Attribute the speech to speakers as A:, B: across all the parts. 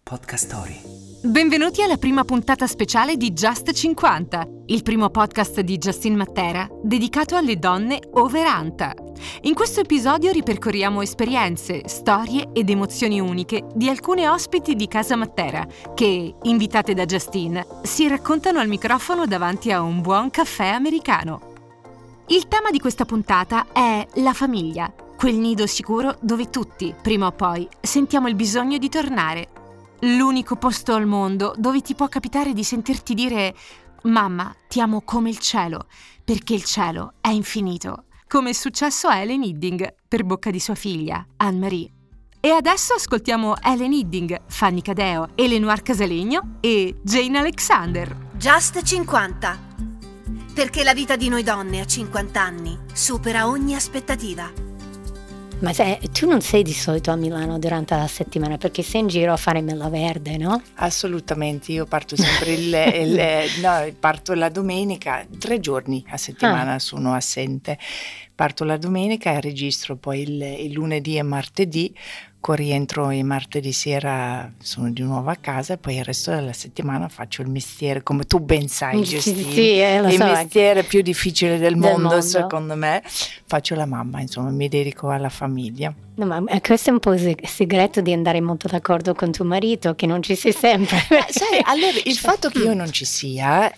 A: Podcast Story.
B: Benvenuti alla prima puntata speciale di Just 50, il primo podcast di Justine Matera dedicato alle donne over anta. In questo episodio ripercorriamo esperienze, storie ed emozioni uniche di alcune ospiti di Casa Matera che, invitate da Justine, si raccontano al microfono davanti a un buon caffè americano. Il tema di questa puntata è la famiglia, quel nido sicuro dove tutti, prima o poi, sentiamo il bisogno di tornare. L'unico posto al mondo dove ti può capitare di sentirti dire «Mamma, ti amo come il cielo, perché il cielo è infinito», come è successo a Ellen Hidding per bocca di sua figlia, Anne-Marie. E adesso ascoltiamo Ellen Hidding, Fanny Cadeo, Eleanor Casalegno e Jane Alexander.
C: Just 50. Perché la vita di noi donne a 50 anni supera ogni aspettativa.
D: Ma tu non sei di solito a Milano durante la settimana perché sei in giro a fare Mela Verde, no?
E: Assolutamente, io parto sempre parto la domenica, 3 giorni a settimana sono assente. Parto la domenica e registro poi il lunedì e martedì, rientro il martedì sera, sono di nuovo a casa e poi il resto della settimana faccio il mestiere, come tu ben sai, Justine, il mestiere più difficile del mondo secondo me, faccio la mamma, insomma mi dedico alla famiglia.
D: No, ma questo è un po' il segreto di andare molto d'accordo con tuo marito, che non ci sei sempre.
E: Sai, allora il fatto che io non ci sia,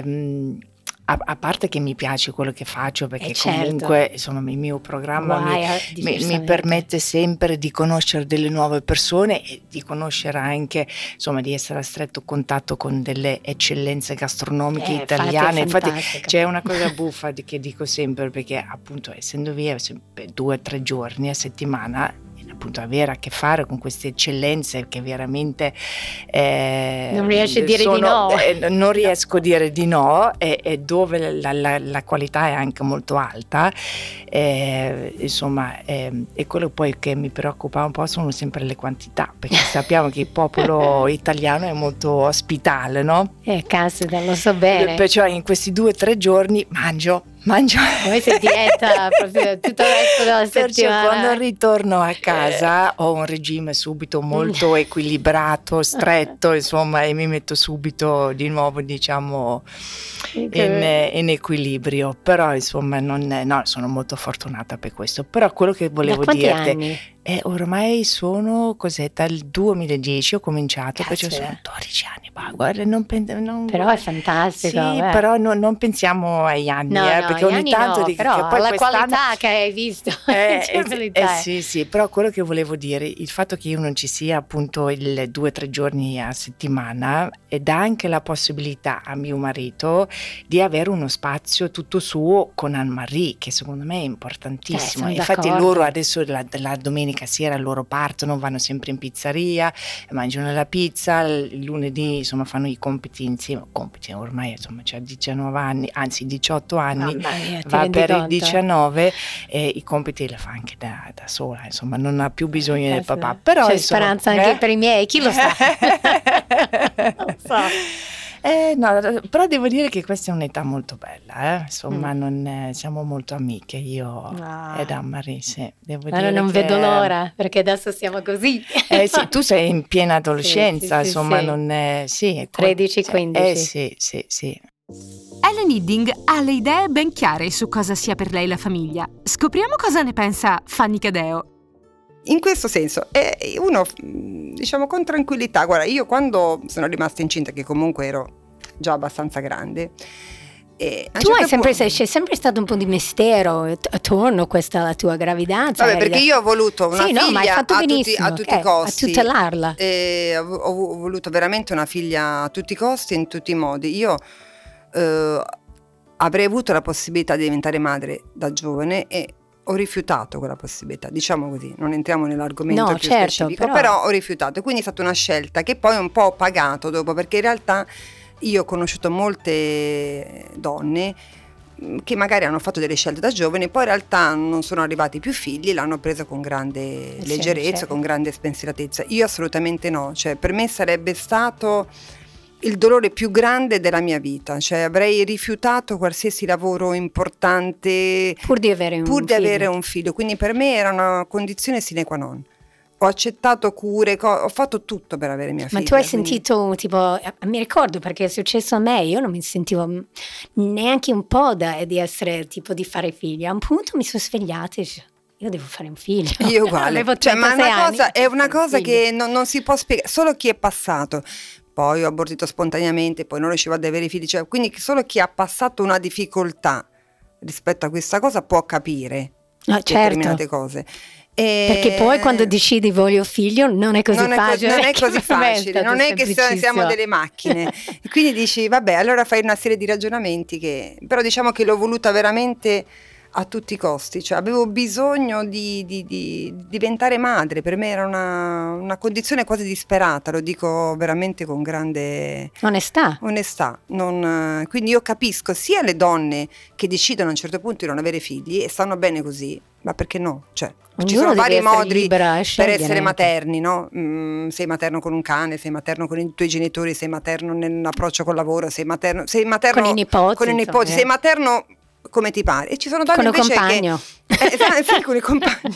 E: a parte che mi piace quello che faccio, perché comunque insomma il mio programma mi permette sempre di conoscere delle nuove persone e di conoscere anche, insomma, di essere a stretto contatto con delle eccellenze gastronomiche italiane. Infatti c'è una cosa buffa che dico sempre, perché appunto essendo via 2 o 3 giorni a settimana, appunto avere a che fare con queste eccellenze che veramente
D: non riesci a dire di no,
E: non riesco a dire di no, e dove la qualità è anche molto alta, insomma, e quello poi che mi preoccupa un po' sono sempre le quantità, perché sappiamo che il popolo italiano è molto ospitale, no?
D: Caspita, lo so bene.
E: Perciò in questi 2 o 3 giorni mangio.
D: Come se dieta proprio tutto il resto della settimana.
E: Quando ritorno a casa ho un regime subito molto equilibrato, stretto, insomma, e mi metto subito di nuovo, diciamo, in equilibrio. Però insomma sono molto fortunata per questo. Però quello che volevo dirti,
D: anni?
E: Ormai sono dal 2010 ho cominciato, perché sono 12 anni. Guarda,
D: però è fantastico.
E: Sì, però non pensiamo agli anni, perché ogni tanto dico
D: però
E: che poi
D: la qualità che hai visto.
E: Sì, però quello che volevo dire, il fatto che io non ci sia appunto il 2 o 3 giorni a settimana, dà anche la possibilità a mio marito di avere uno spazio tutto suo con Anne-Marie, che secondo me è importantissimo. Infatti loro adesso la domenica sera loro partono, vanno sempre in pizzeria, mangiano la pizza, il lunedì insomma fanno i compiti insieme, ormai insomma c'ha 19 anni, anzi 18 anni, va per i 19 e i compiti li fa anche da sola, insomma non ha più bisogno del papà. Però
D: c'è speranza anche per i miei, chi lo sa? Non so.
E: No, però devo dire che questa è un'età molto bella, insomma siamo molto amiche io ed Anne-Marie, sì, devo dire
D: non vedo l'ora, perché adesso siamo così.
E: Sì, tu sei in piena adolescenza, insomma,
D: sì.
E: non è,
D: 13-15.
E: Sì.
B: Ellen Hidding ha le idee ben chiare su cosa sia per lei la famiglia. Scopriamo cosa ne pensa Fanny Cadeo.
F: In questo senso, uno, diciamo, con tranquillità. Guarda, io quando sono rimasta incinta, che comunque ero già abbastanza grande,
D: tu c'è sempre stato un po' di mistero attorno a questa la tua gravidanza.
F: Vabbè, perché io ho voluto una figlia
D: ma hai fatto benissimo,
F: a tutti i costi,
D: a tutelarla.
F: Ho voluto veramente una figlia a tutti i costi, in tutti i modi. Io avrei avuto la possibilità di diventare madre da giovane e ho rifiutato quella possibilità, diciamo così, non entriamo nell'argomento più specifico, però ho rifiutato, e quindi è stata una scelta che poi un po' ho pagato dopo, perché in realtà io ho conosciuto molte donne che magari hanno fatto delle scelte da giovani, poi in realtà non sono arrivati più figli, l'hanno preso con grande leggerezza, con grande spensieratezza. Io assolutamente no, cioè per me sarebbe stato il dolore più grande della mia vita, cioè avrei rifiutato qualsiasi lavoro importante
D: pur di avere un figlio,
F: quindi per me era una condizione sine qua non. ho accettato cure, ho fatto tutto per avere mia figlia.
D: Ma tu hai sentito, tipo, mi ricordo perché è successo a me, io non mi sentivo neanche un po' di essere, tipo, di fare figli. A un punto mi sono svegliata e io devo fare un figlio.
F: Io uguale.
D: Avevo 36
F: è una cosa che non si può spiegare, solo chi è passato. Poi ho abortito spontaneamente, poi non riuscivo ad avere figli, cioè, quindi solo chi ha passato una difficoltà rispetto a questa cosa può capire determinate cose.
D: Perché poi quando decidi voglio figlio non è così facile.
F: Non è così facile, non è che siamo delle macchine. Quindi dici vabbè, allora fai una serie di ragionamenti però diciamo che l'ho voluta veramente a tutti i costi, cioè avevo bisogno di diventare madre, per me era una condizione quasi disperata, lo dico veramente con grande onestà. Quindi io capisco sia le donne che decidono a un certo punto di non avere figli e stanno bene così, ma perché no? Cioè, ci sono vari modi per essere materni, no? Sei materno con un cane, sei materno con i tuoi genitori, sei materno nell'approccio col lavoro, sei materno
D: con i nipoti,
F: sei materno come ti pare, e ci sono donne invece sì, con il compagno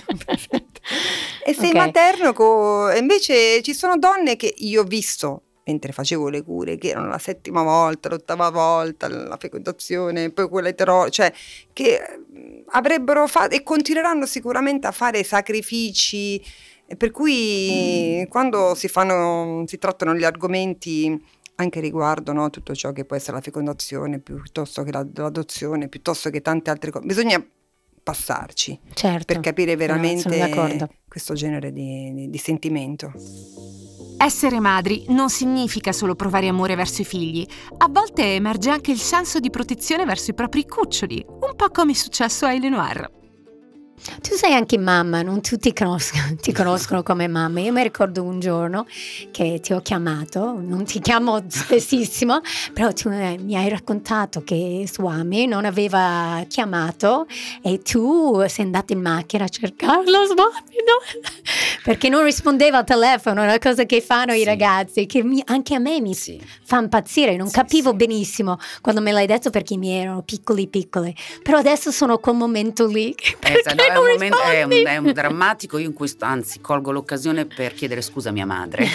F: e sei materno e invece ci sono donne che io ho visto mentre facevo le cure che erano la 7ª volta, l'8ª volta la fecondazione, poi quella cioè che avrebbero fatto e continueranno sicuramente a fare sacrifici, per cui quando si trattano gli argomenti anche riguardo, no, tutto ciò che può essere la fecondazione piuttosto che l'adozione, piuttosto che tante altre cose, bisogna passarci per capire veramente questo genere di sentimento.
B: Essere madri non significa solo provare amore verso i figli, a volte emerge anche il senso di protezione verso i propri cuccioli, un po' come è successo a Eleanor.
D: Tu sei anche mamma, non tutti ti conoscono come mamma. Io mi ricordo un giorno che ti ho chiamato, non ti chiamo spessissimo, però tu mi hai raccontato che Swami non aveva chiamato e tu sei andata in macchina a cercarlo, Swami, no? Perché non rispondeva al telefono, è una cosa che fanno i ragazzi, che anche a me mi fa impazzire, non capivo benissimo quando me l'hai detto perché mi erano piccoli, però adesso sono quel momento lì.
A: È un drammatico. Io in questo, anzi, colgo l'occasione per chiedere scusa a mia madre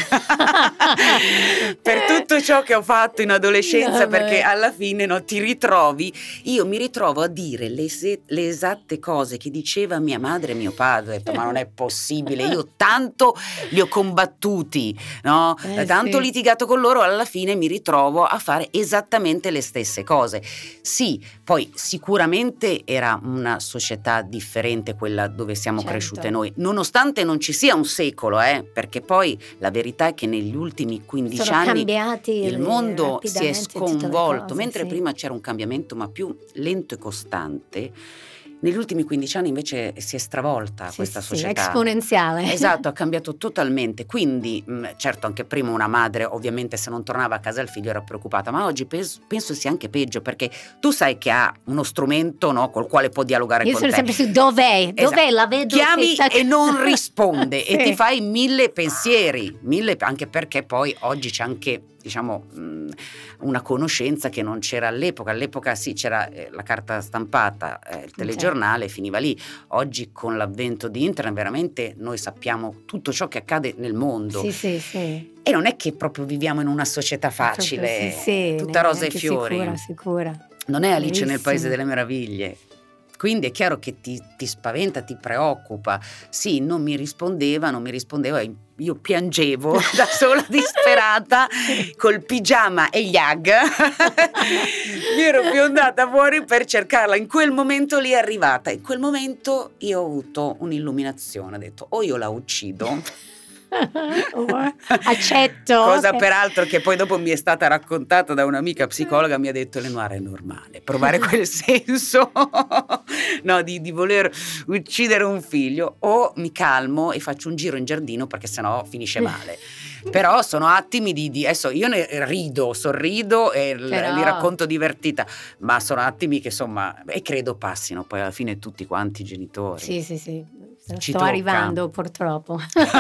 A: per tutto ciò che ho fatto in adolescenza, perché alla fine io mi ritrovo a dire le esatte cose che diceva mia madre e mio padre. Ho detto, ma non è possibile, io tanto li ho combattuti, no? Tanto ho litigato con loro, alla fine mi ritrovo a fare esattamente le stesse cose. Sì, poi sicuramente era una società differente quella dove siamo cresciute noi, nonostante non ci sia un secolo, perché poi la verità è che negli ultimi 15 anni il mondo si è sconvolto, mentre prima c'era un cambiamento ma più lento e costante. Negli ultimi 15 anni invece si è stravolta questa società.
D: Esponenziale.
A: Esatto, ha cambiato totalmente. Quindi, certo, anche prima una madre, ovviamente, se non tornava a casa il figlio era preoccupata, ma oggi penso sia anche peggio, perché tu sai che ha uno strumento, no, col quale può dialogare con te. Io sono sempre
D: su dov'è?
A: Esatto.
D: Dov'è? La vedo.
A: Chiami e non risponde e ti fai 1000 pensieri, anche perché poi oggi c'è anche, diciamo, una conoscenza che non c'era all'epoca. All'epoca sì, c'era la carta stampata, il telegiornale, finiva lì. Oggi con l'avvento di internet veramente noi sappiamo tutto ciò che accade nel mondo.
D: Sì.
A: E non è che proprio viviamo in una società facile, tutta rose e fiori.
D: Sicura.
A: Non è Alice nel Paese delle Meraviglie. Quindi è chiaro che ti spaventa, ti preoccupa. Sì, non mi rispondeva, io piangevo da sola disperata col pigiama e gli hag. Mi ero fiondata fuori per cercarla. In quel momento lì è arrivata. In quel momento io ho avuto un'illuminazione, ho detto o io la uccido.
D: Accetto.
A: Cosa peraltro che poi dopo mi è stata raccontata da un'amica psicologa, mi ha detto Eleonora, è normale provare quel senso no, di voler uccidere un figlio, o mi calmo e faccio un giro in giardino perché sennò finisce male. Però sono attimi di adesso io ne sorrido e li racconto divertita, ma sono attimi che insomma, e credo passino poi alla fine tutti quanti i genitori.
D: Sì. Sto arrivando purtroppo.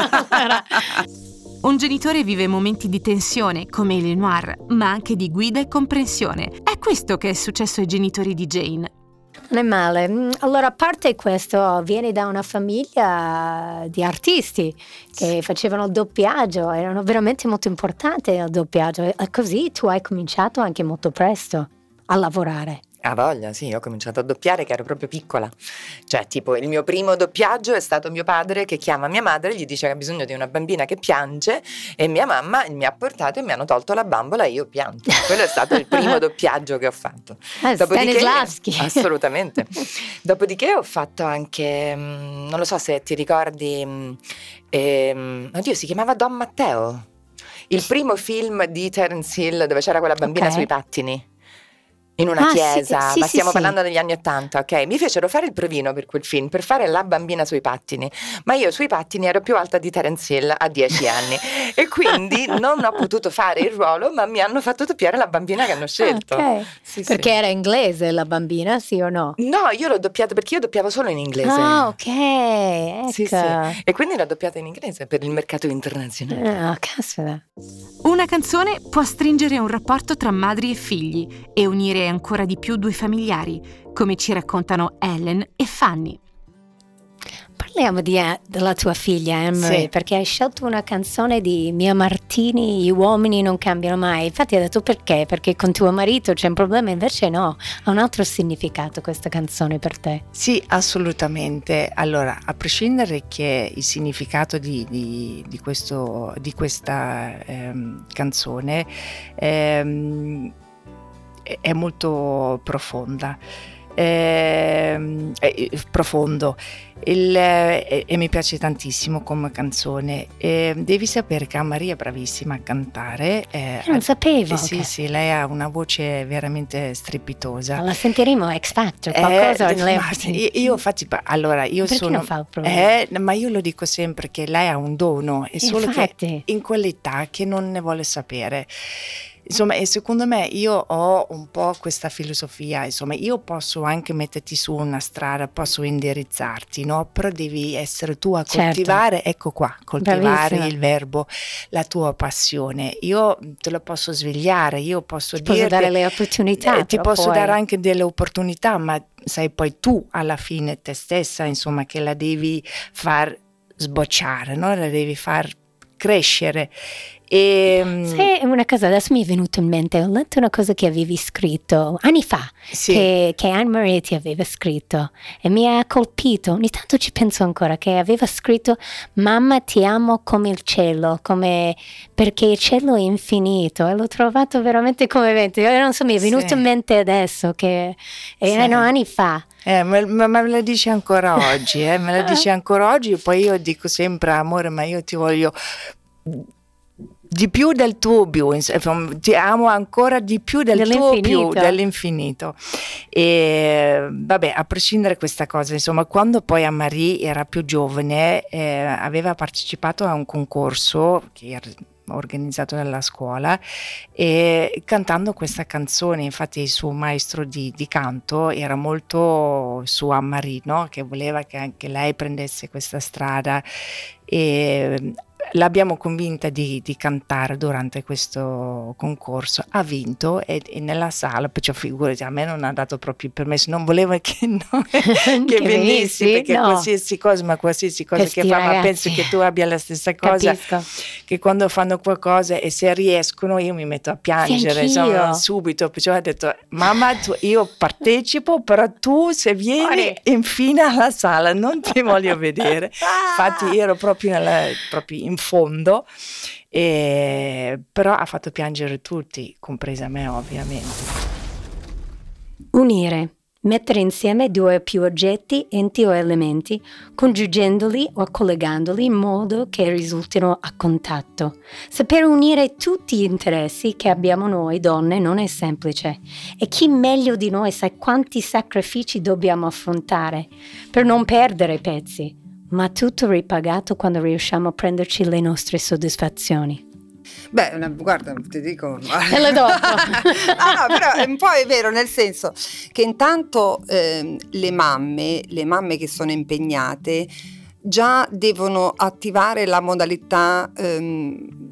B: Un genitore vive momenti di tensione come Eleanor, ma anche di guida e comprensione. È questo che è successo ai genitori di Jane.
D: Non è male. Allora, a parte questo, vieni da una famiglia di artisti che facevano il doppiaggio, erano veramente molto importanti al doppiaggio, e così tu hai cominciato anche molto presto a lavorare.
G: A voglia, sì, ho cominciato a doppiare che ero proprio piccola. Cioè, tipo, il mio primo doppiaggio è stato mio padre che chiama mia madre, gli dice che ha bisogno di una bambina che piange, e mia mamma mi ha portato e mi hanno tolto la bambola e io pianto. Quello è stato il primo doppiaggio che ho fatto.
D: Stanislavski.
G: Assolutamente. Dopodiché ho fatto anche, non lo so se ti ricordi, oddio, si chiamava Don Matteo, il primo film di Terence Hill dove c'era quella bambina sui pattini. In una chiesa, ma stiamo parlando degli anni '80, ok? Mi fecero fare il provino per quel film, per fare la bambina sui pattini, ma io sui pattini ero più alta di Terence Hill a 10 anni e quindi non ho potuto fare il ruolo, ma mi hanno fatto doppiare la bambina che hanno scelto.
D: Okay. Perché era inglese la bambina, sì o no?
G: No, io l'ho doppiata perché io doppiavo solo in inglese.
D: Ah, ok, ecco.
G: Sì. E quindi l'ho doppiata in inglese per il mercato internazionale.
D: Ah, caspita.
B: Una canzone può stringere un rapporto tra madri e figli e unire ancora di più due familiari, come ci raccontano Ellen e Fanny.
D: Parliamo della tua figlia Anne-Marie, perché hai scelto una canzone di Mia Martini, Gli uomini non cambiano mai. Infatti hai detto perché? Perché con tuo marito c'è un problema, invece no, ha un altro significato questa canzone per te.
E: Sì, assolutamente. Allora, a prescindere che il significato di questa canzone è molto profondo e mi piace tantissimo come canzone. Devi sapere che Anne-Marie è bravissima a cantare.
D: Non sapevo.
E: Sì, lei ha una voce veramente strepitosa.
D: La sentiremo a X Factor, qualcosa
E: io infatti, allora io
D: perché
E: sono
D: non fa il problema?
E: ma io lo dico sempre che lei ha un dono, è solo
D: infatti.
E: che in quell'età che non ne vuole sapere. Insomma, e secondo me io ho un po' questa filosofia, insomma, io posso anche metterti su una strada, posso indirizzarti, no? Però devi essere tu a coltivare, ecco qua, coltivare il verbo, la tua passione. Io te lo posso svegliare, io posso dirti,
D: dare le opportunità.
E: Ti posso dare anche delle opportunità, ma sei poi tu alla fine te stessa, insomma, che la devi far sbocciare, no? La devi far crescere.
D: Sì, una cosa, adesso mi è venuto in mente, ho letto una cosa che avevi scritto anni fa, che Anne-Marie ti aveva scritto e mi ha colpito, ogni tanto ci penso ancora, che aveva scritto: mamma ti amo come il cielo, perché il cielo è infinito, e l'ho trovato veramente commovente. Io non so, mi è venuto in mente adesso che erano anni fa.
E: Me la dice ancora oggi, me la dice ancora oggi, poi io dico sempre: amore, ma io ti voglio di più del tuo più, ti amo ancora di più del tuo più, dell'infinito. E vabbè, a prescindere questa cosa, insomma, quando poi Anne-Marie era più giovane, aveva partecipato a un concorso che era organizzato dalla scuola, e cantando questa canzone, infatti il suo maestro di canto era molto su Anne-Marie, no? Che voleva che anche lei prendesse questa strada, e l'abbiamo convinta di cantare durante questo concorso. Ha vinto e nella sala, perciò figurati, a me non ha dato proprio il permesso, non voleva che venissi, perché qualsiasi cosa che fa, ma penso che tu abbia la stessa cosa. Capisco. Che quando fanno qualcosa e se riescono io mi metto a piangere, insomma, subito, perciò ha detto: mamma, io partecipo, però tu se vieni infine alla sala non ti voglio vedere. Infatti io ero proprio in fondo, però ha fatto piangere tutti, compresa me ovviamente.
D: Unire, mettere insieme due o più oggetti, enti o elementi, congiungendoli o collegandoli in modo che risultino a contatto. Saper unire tutti gli interessi che abbiamo noi donne non è semplice, e chi meglio di noi sa quanti sacrifici dobbiamo affrontare per non perdere pezzi. Ma tutto ripagato quando riusciamo a prenderci le nostre soddisfazioni.
F: Beh, guarda, ti dico.
D: E le dopo.
F: No, però un po' è vero, nel senso che intanto le mamme che sono impegnate già devono attivare la modalità,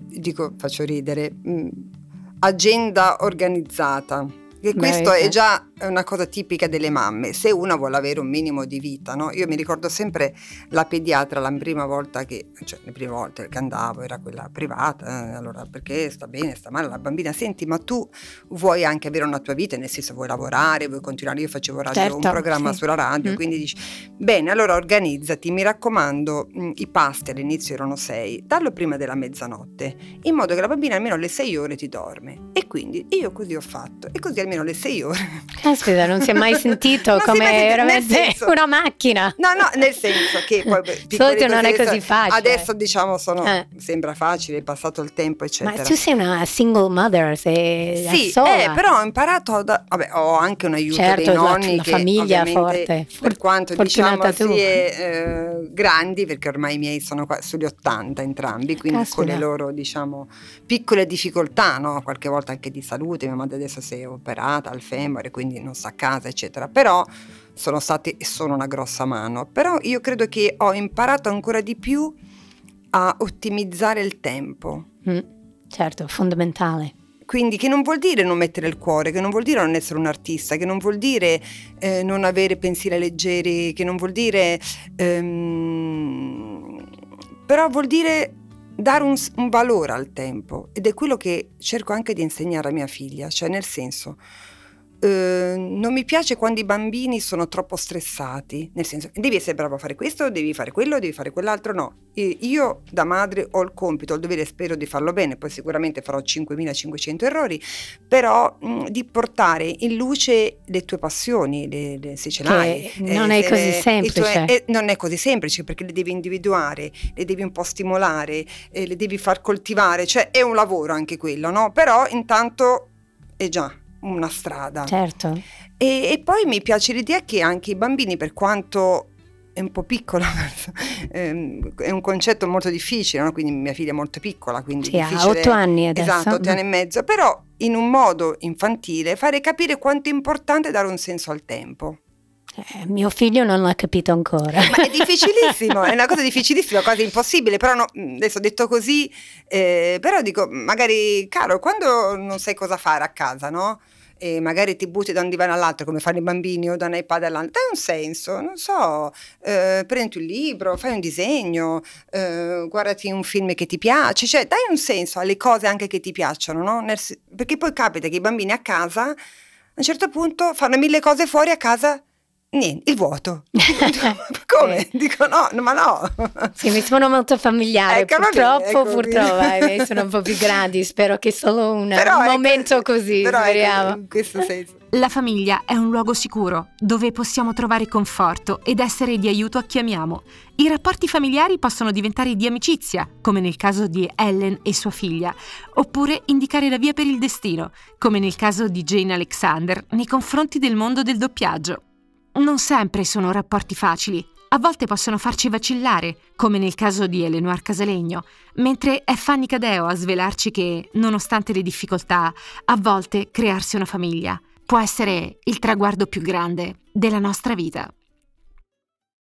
F: faccio ridere, agenda organizzata. Che questo è già è una cosa tipica delle mamme, se una vuole avere un minimo di vita, no? Io mi ricordo sempre la pediatra la prima volta che, cioè le prime volte che andavo era quella privata, allora perché sta bene, sta male la bambina, senti ma tu vuoi anche avere una tua vita, nel senso vuoi lavorare, vuoi continuare, io facevo radio, certo, un programma sulla radio, quindi dici bene, allora organizzati, mi raccomando, i pasti all'inizio erano 6, dallo prima della mezzanotte, in modo che la bambina almeno le 6 ore ti dorme, e quindi io così ho fatto, e così almeno le 6 ore.
D: Aspetta, non si è mai sentito come veramente una macchina.
F: No, nel senso che poi
D: solito non è così facile.
F: Adesso diciamo sembra facile, è passato il tempo, eccetera.
D: Ma tu sei una single mother, sei
F: sì,
D: sola.
F: però ho imparato ho anche un aiuto, certo, dei nonni, la
D: famiglia forte.
F: Per quanto diciamo grandi, perché ormai i miei sono sugli 80 entrambi, quindi con le loro diciamo piccole difficoltà, no? Qualche volta anche di salute, mia madre adesso si è operata al femore, quindi non sta a casa, eccetera, però sono stati e sono una grossa mano. Però io credo che ho imparato ancora di più a ottimizzare il tempo.
D: Certo, fondamentale.
F: Quindi che non vuol dire non mettere il cuore, che non vuol dire non essere un artista, che non vuol dire non avere pensieri leggeri, che non vuol dire però vuol dire dare un valore al tempo, ed è quello che cerco anche di insegnare a mia figlia, cioè nel senso non mi piace quando i bambini sono troppo stressati, nel senso devi essere bravo a fare questo, devi fare quello, devi fare quell'altro. No, io da madre ho il compito, ho il dovere, spero di farlo bene, poi sicuramente farò 5.500 errori, però di portare in luce le tue passioni, se ce l'hai.
D: Non è così semplice.
F: Non è così semplice, perché le devi individuare, le devi un po' stimolare, le devi far coltivare, cioè è un lavoro anche quello, no? Però intanto è già una strada.
D: Certo.
F: E poi mi piace l'idea che anche i bambini, per quanto è un po' piccola, è un concetto molto difficile, no? Quindi mia figlia è molto piccola, quindi
D: ha 8 anni adesso.
F: Esatto, 8 anni e mezzo, però in un modo infantile fare capire quanto è importante dare un senso al tempo.
D: Mio figlio non l'ha capito ancora.
F: Ma è difficilissimo, è una cosa difficilissima, quasi impossibile, però no, adesso detto così, però dico, magari caro, quando non sai cosa fare a casa, no? E magari ti butti da un divano all'altro come fanno i bambini, o da un iPad all'altro, dai un senso, non so, prendi un libro, fai un disegno, guardati un film che ti piace, cioè dai un senso alle cose anche che ti piacciono, no? Perché poi capita che i bambini a casa a un certo punto fanno 1000 cose fuori, a casa niente, il vuoto. Come? Dico no, ma no.
D: Sì, mi sono molto familiare, purtroppo sono un po' più grandi, spero che solo un momento così, speriamo.
F: In questo senso.
B: La famiglia è un luogo sicuro, dove possiamo trovare conforto ed essere di aiuto a chi amiamo. I rapporti familiari possono diventare di amicizia, come nel caso di Ellen e sua figlia, oppure indicare la via per il destino, come nel caso di Jane Alexander nei confronti del mondo del doppiaggio. Non sempre sono rapporti facili, a volte possono farci vacillare, come nel caso di Eleonore Casalegno, mentre è Fanny Cadeo a svelarci che, nonostante le difficoltà, a volte crearsi una famiglia può essere il traguardo più grande della nostra vita.